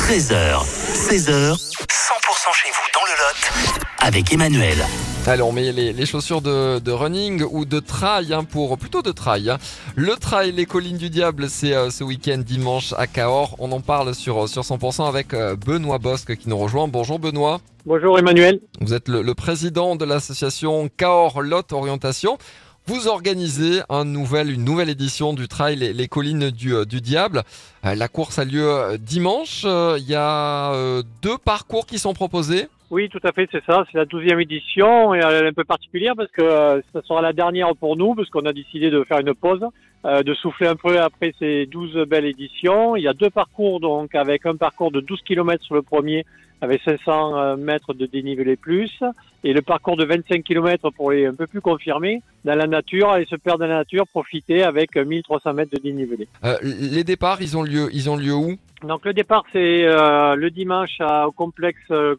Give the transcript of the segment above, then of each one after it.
13h, 16h, 100% chez vous dans le Lot avec Emmanuel. Allez, on met les chaussures de running ou de trail, plutôt de trail. Le trail, les collines du diable, c'est ce week-end dimanche à Cahors. On en parle sur 100% avec Benoît Bosque qui nous rejoint. Bonjour Benoît. Bonjour Emmanuel. Vous êtes le président de l'association Cahors Lot Orientation. Vous organisez une nouvelle édition du trail les collines du diable. La course a lieu dimanche. Il y a 2 parcours qui sont proposés. Oui, tout à fait, c'est ça. C'est la 12e édition et elle est un peu particulière parce que ça sera la dernière pour nous parce qu'on a décidé de faire une pause, de souffler un peu après ces 12 belles éditions. Il y a 2 parcours donc avec un parcours de 12 km sur le premier avec 500 mètres de dénivelé plus et le parcours de 25 km pour les un peu plus confirmés dans la nature, aller se perdre dans la nature, profiter avec 1300 mètres de dénivelé. Les départs, ils ont lieu où ? Donc le départ c'est le dimanche au complexe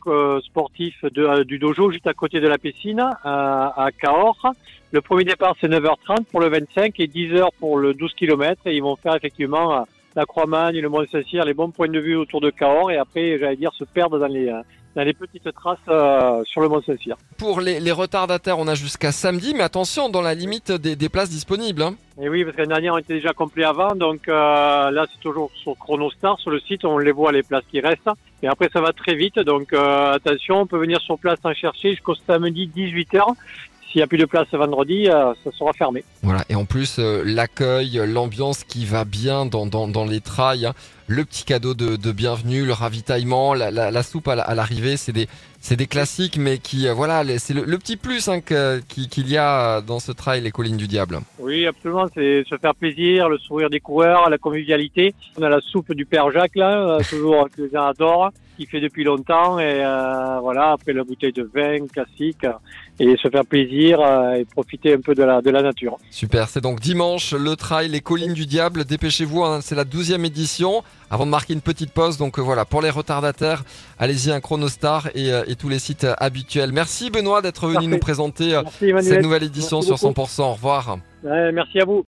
sportif du dojo juste à côté de la piscine à Cahors. Le premier départ c'est 9h30 pour le 25 et 10h pour le 12 km et ils vont faire effectivement la Croix-Magne, le Mont-Saint-Cyr, les bons points de vue autour de Cahors et après se perdre dans les petites traces sur le Mont-Saint-Cyr. Pour les retardataires, on a jusqu'à samedi, mais attention, dans la limite des places disponibles. Et oui, parce que l'année dernière, on était déjà complet avant, donc là, c'est toujours sur Chronostar, sur le site, on les voit les places qui restent. Et après, ça va très vite, donc attention, on peut venir sur place en chercher jusqu'au samedi 18h. S'il n'y a plus de place vendredi, ça sera fermé. Voilà, et en plus, l'accueil, l'ambiance qui va bien dans les trails, le petit cadeau de bienvenue, le ravitaillement, la soupe à l'arrivée, c'est des classiques, mais qui, c'est le petit plus qu'il y a dans ce trail, les collines du diable. Oui, absolument, c'est se faire plaisir, le sourire des coureurs, la convivialité. On a la soupe du Père Jacques, là, toujours que les gens adorent, qui fait depuis longtemps, et après la bouteille de vin classique, et se faire plaisir et profiter un peu de la nature. Super, c'est donc dimanche, le trail, les collines du diable, dépêchez-vous, c'est la 12e édition, avant de marquer une petite pause, donc pour les retardataires, allez-y, un Chronostar et tous les sites habituels. Merci Benoît d'être venu nous présenter cette nouvelle édition sur 100%, au revoir. Merci à vous.